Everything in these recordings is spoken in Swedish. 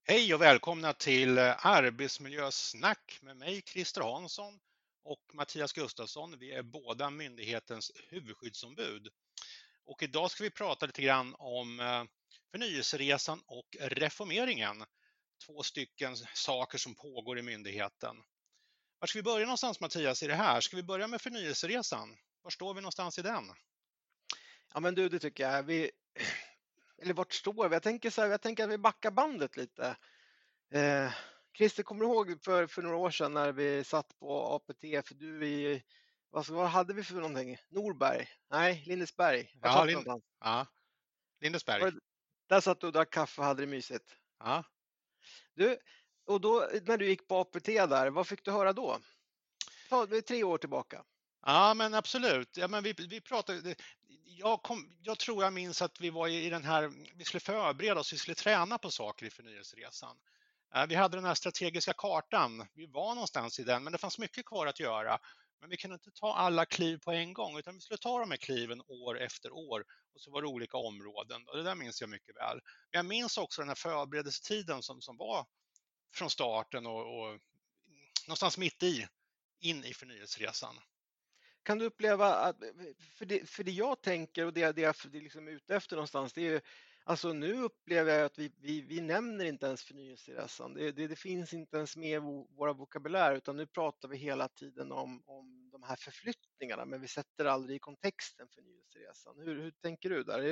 Hej och välkomna till Arbetsmiljösnack med mig Christer Hansson och Mattias Gustafsson. Vi är båda myndighetens huvudskyddsombud. Och idag ska vi prata lite grann om förnyelseresan och reformeringen. Två stycken saker som pågår i myndigheten. Var ska vi börja någonstans, Mattias, i det här? Ska vi börja med förnyelseresan? Var står vi någonstans i den? Ja men du, det tycker jag. Eller vart står vi? Jag tänker så här, jag tänker att vi backar bandet lite. Christer, kommer du ihåg för några år sedan när vi satt på APT, för du i, vad hade vi för någonting? Norberg? Nej, Lindesberg. Vart Ja, satt vi någonstans? ja, Lindesberg. Var det, där satt du och drack kaffe och hade det mysigt. Ja. Du, och då när du gick på APT där, vad fick du höra då? Det är 3 år tillbaka. Ja, men absolut. Ja, men vi pratade, jag tror jag minns att vi var i den här, vi skulle förbereda oss, vi skulle träna på saker i förnyelseresan. Vi hade den här strategiska kartan, vi var någonstans i den, men det fanns mycket kvar att göra. Men vi kunde inte ta alla kliv på en gång, utan vi skulle ta de här kliven år efter år. Och så var det olika områden, och det där minns jag mycket väl. Men jag minns också den här förberedelsetiden som var från starten och någonstans mitt in i förnyelseresan. Kan du uppleva att, för det jag tänker och det jag liksom är ute efter någonstans, det är ju, alltså nu upplever jag att vi nämner inte ens förnyelseresan. Det finns inte ens med i våra vokabulär, utan nu pratar vi hela tiden om de här förflyttningarna, men vi sätter aldrig i kontexten förnyelseresan. Hur tänker du där?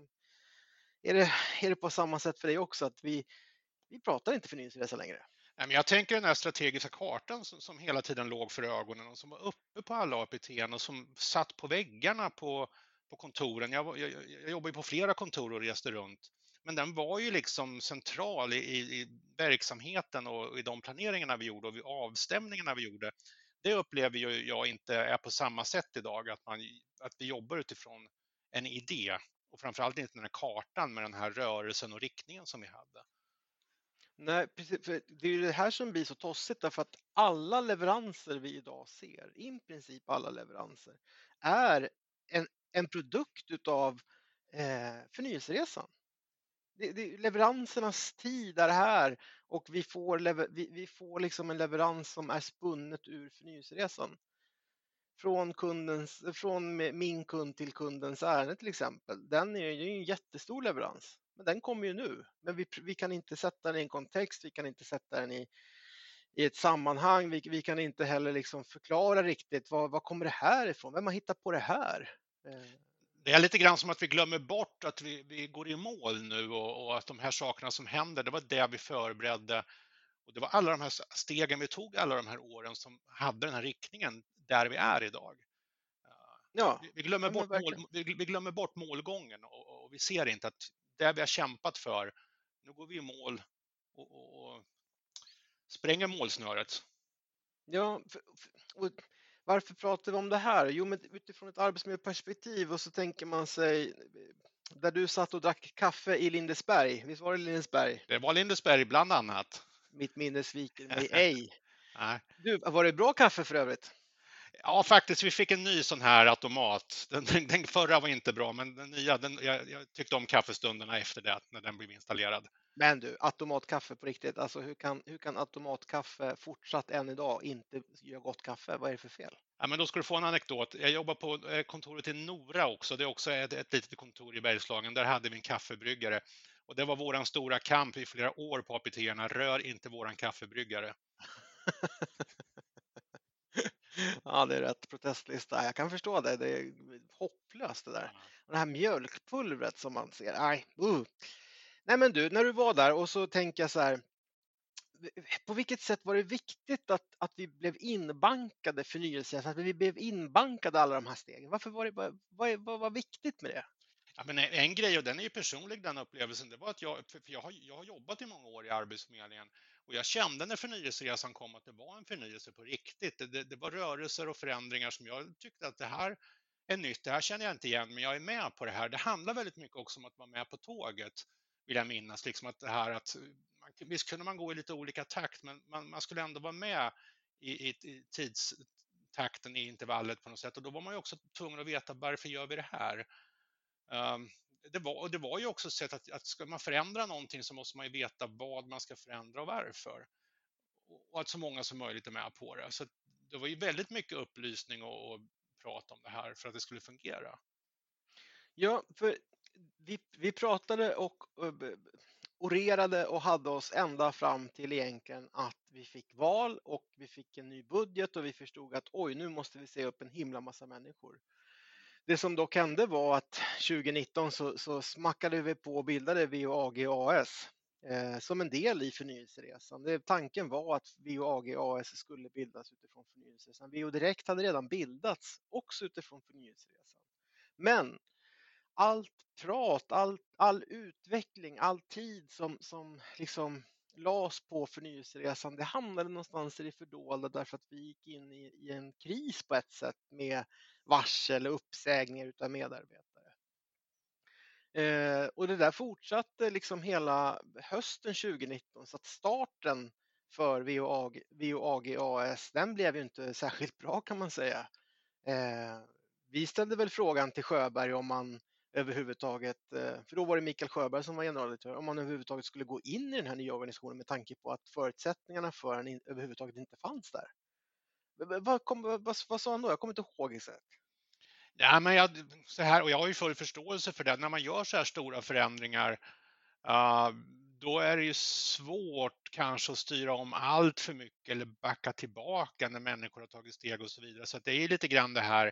Är det, är det på samma sätt för dig också, att vi pratar inte förnyelseresa längre? Nej, men jag tänker den här strategiska kartan som hela tiden låg för ögonen och som var uppe på alla APT:n och som satt på väggarna på kontoren. Jag jobbar ju på flera kontor och reste runt. Men den var ju liksom central i verksamheten och i de planeringarna vi gjorde och vid avstämningarna vi gjorde. Det upplever ju jag inte är på samma sätt idag, att vi jobbar utifrån en idé och framförallt inte den här kartan med den här rörelsen och riktningen som vi hade. Nej, precis, för det är ju det här som blir så tossigt, därför att alla leveranser vi idag ser, i princip alla leveranser, är en produkt utav förnyelseresan. Leveransernas tid är här, och vi får liksom en leverans som är spunnet ur förnyelseresan. Från min kund till kundens ärende till exempel. Det är ju en jättestor leverans, men den kommer ju nu. Men vi kan inte sätta den i en kontext, vi kan inte sätta den i ett sammanhang, vi kan inte heller liksom förklara riktigt vad kommer det här ifrån? Vem har hittat på det här? Eh, Det är lite grann som att vi glömmer bort att vi går i mål nu och att de här sakerna som händer, det var det vi förberedde. Och det var alla de här stegen vi tog alla de här åren som hade den här riktningen där vi är idag. Ja, Vi glömmer ja men bort verkligen. vi glömmer bort målgången och vi ser inte att det vi har kämpat för, nu går vi i mål och spränger målsnöret. Ja, och varför pratar vi om det här? Jo, men utifrån ett arbetsmiljöperspektiv, och så tänker man sig där du satt och drack kaffe i Lindesberg. Visst var det Lindesberg? Det var Lindesberg bland annat. Mitt minne sviker mig ej. Nej. Du, var det bra kaffe för övrigt? Ja, faktiskt, vi fick en ny sån här automat. Den förra var inte bra, men den nya, jag tyckte om kaffestunderna efter det, när den blev installerad. Men du, automatkaffe på riktigt. Alltså hur kan automatkaffe fortsatt än idag inte göra gott kaffe? Vad är det för fel? Ja, men då ska du få en anekdot. Jag jobbar på kontoret i Nora också. Det är också ett litet kontor i Bergslagen. Där hade vi en kaffebryggare. Och det var våran stora kamp i flera år på APT-erna. Rör inte våran kaffebryggare. Ja, det är rätt protestlista. Jag kan förstå det. Det är hopplöst det där. Ja. Och det här mjölkpulvret som man ser. Nej, Nej, men du, när du var där, och så tänker jag så här. På vilket sätt var det viktigt att vi blev inbankade förnyelse, att vi blev inbankade alla de här stegen? Varför var det, vad var viktigt med det? Ja, men en grej, och den är ju personlig den upplevelsen, det var att jag har jobbat i många år i Arbetsförmedlingen och jag kände när förnyelseresan kom att det var en förnyelse på riktigt. Det var rörelser och förändringar som jag tyckte att det här är nytt, det här känner jag inte igen, men jag är med på det här. Det handlar väldigt mycket också om att vara med på tåget, vill jag minnas. Liksom att det här att visst kunde man gå i lite olika takt, men man skulle ändå vara med i tidstakten i intervallet på något sätt. Och då var man ju också tvungen att veta varför gör vi det här? det var ju också ett sätt att ska man förändra någonting så måste man ju veta vad man ska förändra och varför. Och att så många som möjligt är med på det. Så det var ju väldigt mycket upplysning och prata om det här för att det skulle fungera. Ja, för vi pratade och orerade och hade oss ända fram till egentligen att vi fick val och vi fick en ny budget och vi förstod att oj, nu måste vi se upp en himla massa människor. Det som dock hände var att 2019 så smackade vi på och bildade VOAG AS som en del i förnyelseresan. Tanken var att VOAG AS skulle bildas utifrån förnyelseresan. VO Direkt hade redan bildats också utifrån förnyelseresan. Men allt prat, all utveckling, all tid som liksom lades på förnyelseresan, det hamnade någonstans i det fördolda därför att vi gick in i en kris på ett sätt med varsel och uppsägningar utav medarbetare. Och det där fortsatte liksom hela hösten 2019 så att starten för VOAG AS, den blev ju inte särskilt bra kan man säga. Vi ställde väl frågan till Sjöberg om man överhuvudtaget, för då var det Mikael Sjöberg som var generaldirektör, om man överhuvudtaget skulle gå in i den här nya organisationen med tanke på att förutsättningarna för den överhuvudtaget inte fanns där. Vad sa han då? Jag kommer inte ihåg exakt. Ja, men så här, och jag har ju full förståelse för det. När man gör så här stora förändringar, då är det ju svårt kanske att styra om allt för mycket eller backa tillbaka när människor har tagit steg och så vidare. Så det är lite grann det här,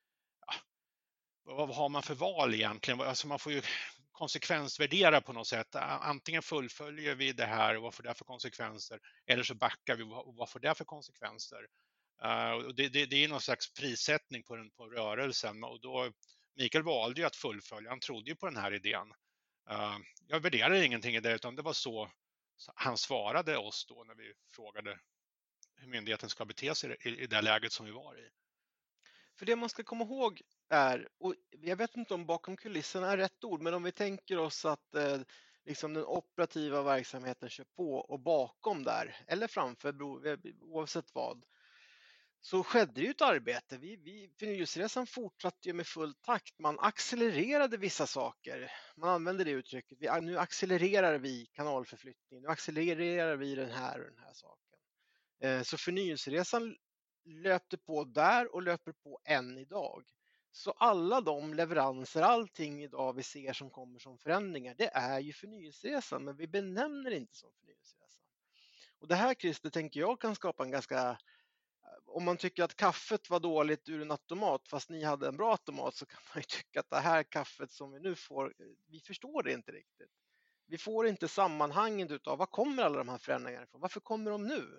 vad har man för val egentligen? Alltså man får ju konsekvensvärdera på något sätt. Antingen fullföljer vi det här och vad får det för konsekvenser? Eller så backar vi och vad får det för konsekvenser? Och det är någon slags prissättning på rörelsen. Och då, Mikael valde ju att fullfölja. Han trodde ju på den här idén. Jag värderade ingenting i det, utan det var så han svarade oss då när vi frågade hur myndigheten ska bete sig i det läget som vi var i. För det man ska komma ihåg är, och jag vet inte om bakom kulisserna är rätt ord, men om vi tänker oss att liksom den operativa verksamheten kör på och bakom där, eller framför, oavsett vad, så skedde ju ett arbete. Förnyelseresan fortsatte ju med full takt. Man accelererade vissa saker. Man använder det uttrycket. Nu accelererar vi kanalförflyttning. Nu accelererar vi den här och den här saken. Så förnyelseresan löpte på där och löper på än idag. Så alla de leveranser, allting idag vi ser som kommer som förändringar, det är ju förnyelseresan, men vi benämner det inte som förnyelseresan. Och det här, Christer, tänker jag kan skapa en ganska, om man tycker att kaffet var dåligt ur en automat fast ni hade en bra automat, så kan man ju tycka att det här kaffet som vi nu får, vi förstår det inte riktigt. Vi får inte sammanhanget utav var kommer alla de här förändringarna ifrån? Varför kommer de nu?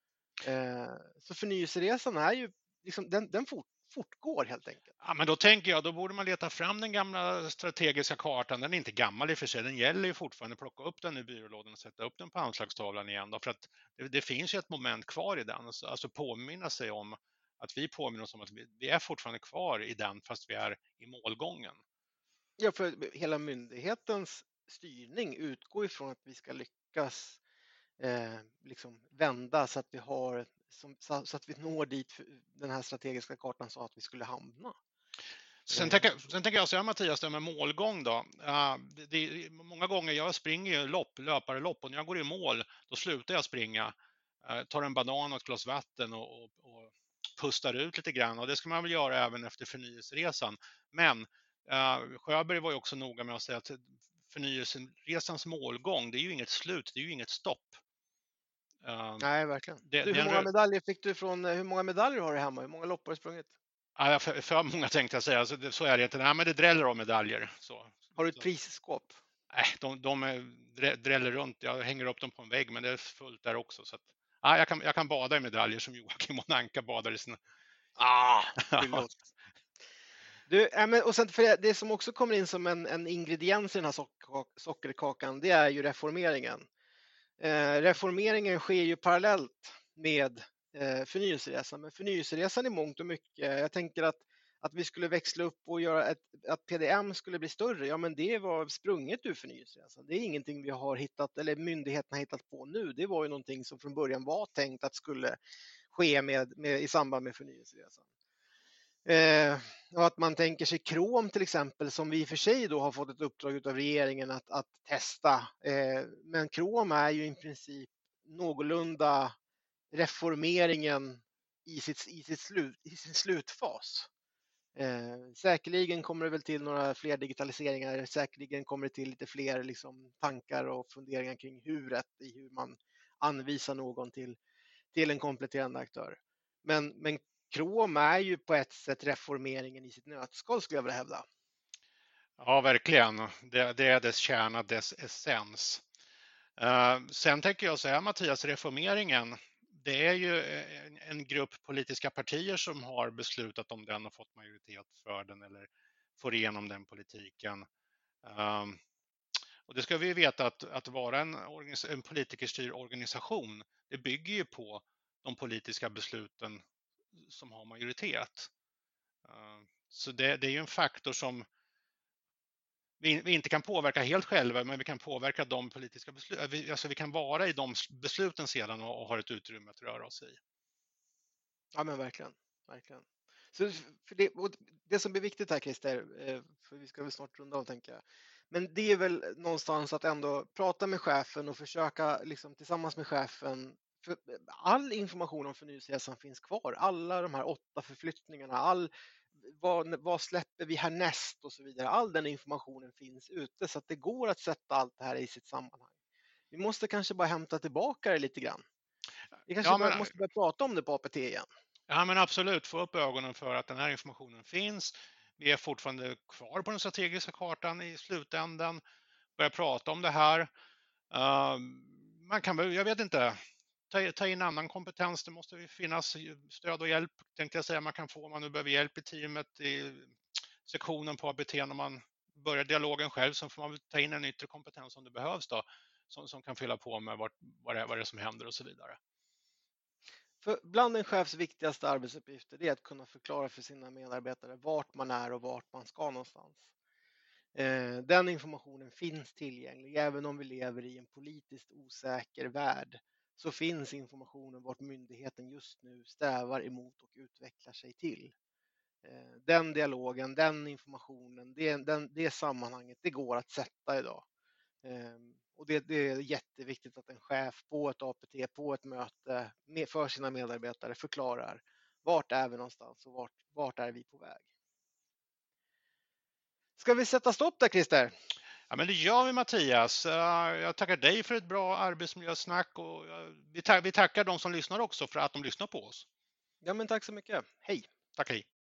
Så förnyelseresan är ju liksom, den fortgår helt enkelt. Ja, men då tänker jag, då borde man leta fram den gamla strategiska kartan. Den är inte gammal i och för sig, den gäller ju fortfarande. Plocka upp den i byrålådan och sätta upp den på anslagstavlan igen. Då, för att det finns ju ett moment kvar i den. Alltså påminna sig om att vi påminner oss om att vi är fortfarande kvar i den fast vi är i målgången. Ja, för hela myndighetens styrning utgår ifrån att vi ska lyckas liksom vända så att vi har så att vi når dit den här strategiska kartan sa att vi skulle hamna. Sen tänker jag så här, Mattias, det med målgång då. Många gånger, jag springer ju löparlopp och när jag går i mål, då slutar jag springa. Tar en banan och ett glas vatten och pustar ut lite grann. Och det ska man väl göra även efter förnyelseresan. Men Sjöberg var ju också noga med att säga att förnyelseresans målgång, det är ju inget slut, det är ju inget stopp. Nej, verkligen. Hur många medaljer fick du från, hur många medaljer har du hemma? Hur många lopp har du sprungit? Ja, för många tänkte jag säga, så är det inte. Nej, men det dräller av medaljer. Så. Har du ett prisskåp? Nej, de dräller runt. Jag hänger upp dem på en vägg, men det är fullt där också. Så att, jag kan bada i medaljer som Joakim von Anka badar i sina... Du, och sen för det som också kommer in som en ingrediens i den här sockerkakan, det är ju reformeringen. Reformeringen sker ju parallellt med förnyelseresan, men förnyelseresan i mångt och mycket, jag tänker att vi skulle växla upp och göra att PDM skulle bli större, ja men det var sprunget ur förnyelseresan. Det är ingenting vi har hittat, eller myndigheterna har hittat på nu, det var ju någonting som från början var tänkt att skulle ske i samband med förnyelseresan. Och att man tänker sig Chrome till exempel, som vi i och för sig då har fått ett uppdrag av regeringen att testa. Men Chrome är ju i princip någorlunda reformeringen i sin slutfas. Säkerligen kommer det väl till några fler digitaliseringar, säkerligen kommer det till lite fler liksom, tankar och funderingar kring hur man anvisar någon till en kompletterande aktör. Men Chrome är ju på ett sätt reformeringen i sitt nötskal, skulle jag vilja hävda. Ja, verkligen. Det är dess kärna, dess essens. Sen tänker jag så här, Mattias, reformeringen, det är ju en grupp politiska partier som har beslutat om den och fått majoritet för den eller får igenom den politiken. Och det ska vi veta att vara en politikerstyrd organisation, det bygger ju på de politiska besluten som har majoritet. Så det är ju en faktor som vi inte kan påverka helt själva, men vi kan påverka de politiska besluten. Alltså vi kan vara i de besluten sedan och ha ett utrymme att röra oss i. Ja, men verkligen. Verkligen. Så det som blir viktigt här, Christer, för vi ska väl snart runda av, tänker jag. Men det är väl någonstans att ändå prata med chefen och försöka liksom, tillsammans med chefen. För all information om förnyelseresan finns kvar. Alla de här 8 förflyttningarna, vad släpper vi härnäst och så vidare. All den informationen finns ute, så att det går att sätta allt det här i sitt sammanhang. Vi måste kanske bara hämta tillbaka det lite grann. Vi kanske måste börja prata om det på APT igen. Ja, men absolut, få upp ögonen för att den här informationen finns. Vi är fortfarande kvar på den strategiska kartan i slutändan. Börja prata om det här. Man kan väl, jag vet inte, ta in annan kompetens. Det måste ju finnas stöd och hjälp, tänkte jag säga, man kan få om man nu behöver hjälp i teamet, i sektionen på ABT. När man börjar dialogen själv så får man ta in en yttre kompetens om det behövs då, som kan fylla på med vad det är som händer och så vidare. För bland en chefs viktigaste arbetsuppgifter är att kunna förklara för sina medarbetare vart man är och vart man ska någonstans. Den informationen finns tillgänglig. Även om vi lever i en politiskt osäker värld så finns informationen vart myndigheten just nu strävar emot och utvecklar sig till. Den dialogen, den informationen, det sammanhanget, det går att sätta idag. Och det är jätteviktigt att en chef på ett APT, på ett möte för sina medarbetare förklarar vart är vi någonstans och vart är vi på väg. Ska vi sätta stopp där, Christer? Ja, men det gör vi, Mattias. Jag tackar dig för ett bra arbetsmiljösnack och vi tackar de som lyssnar också för att de lyssnar på oss. Ja, men tack så mycket. Hej! Tack, hej!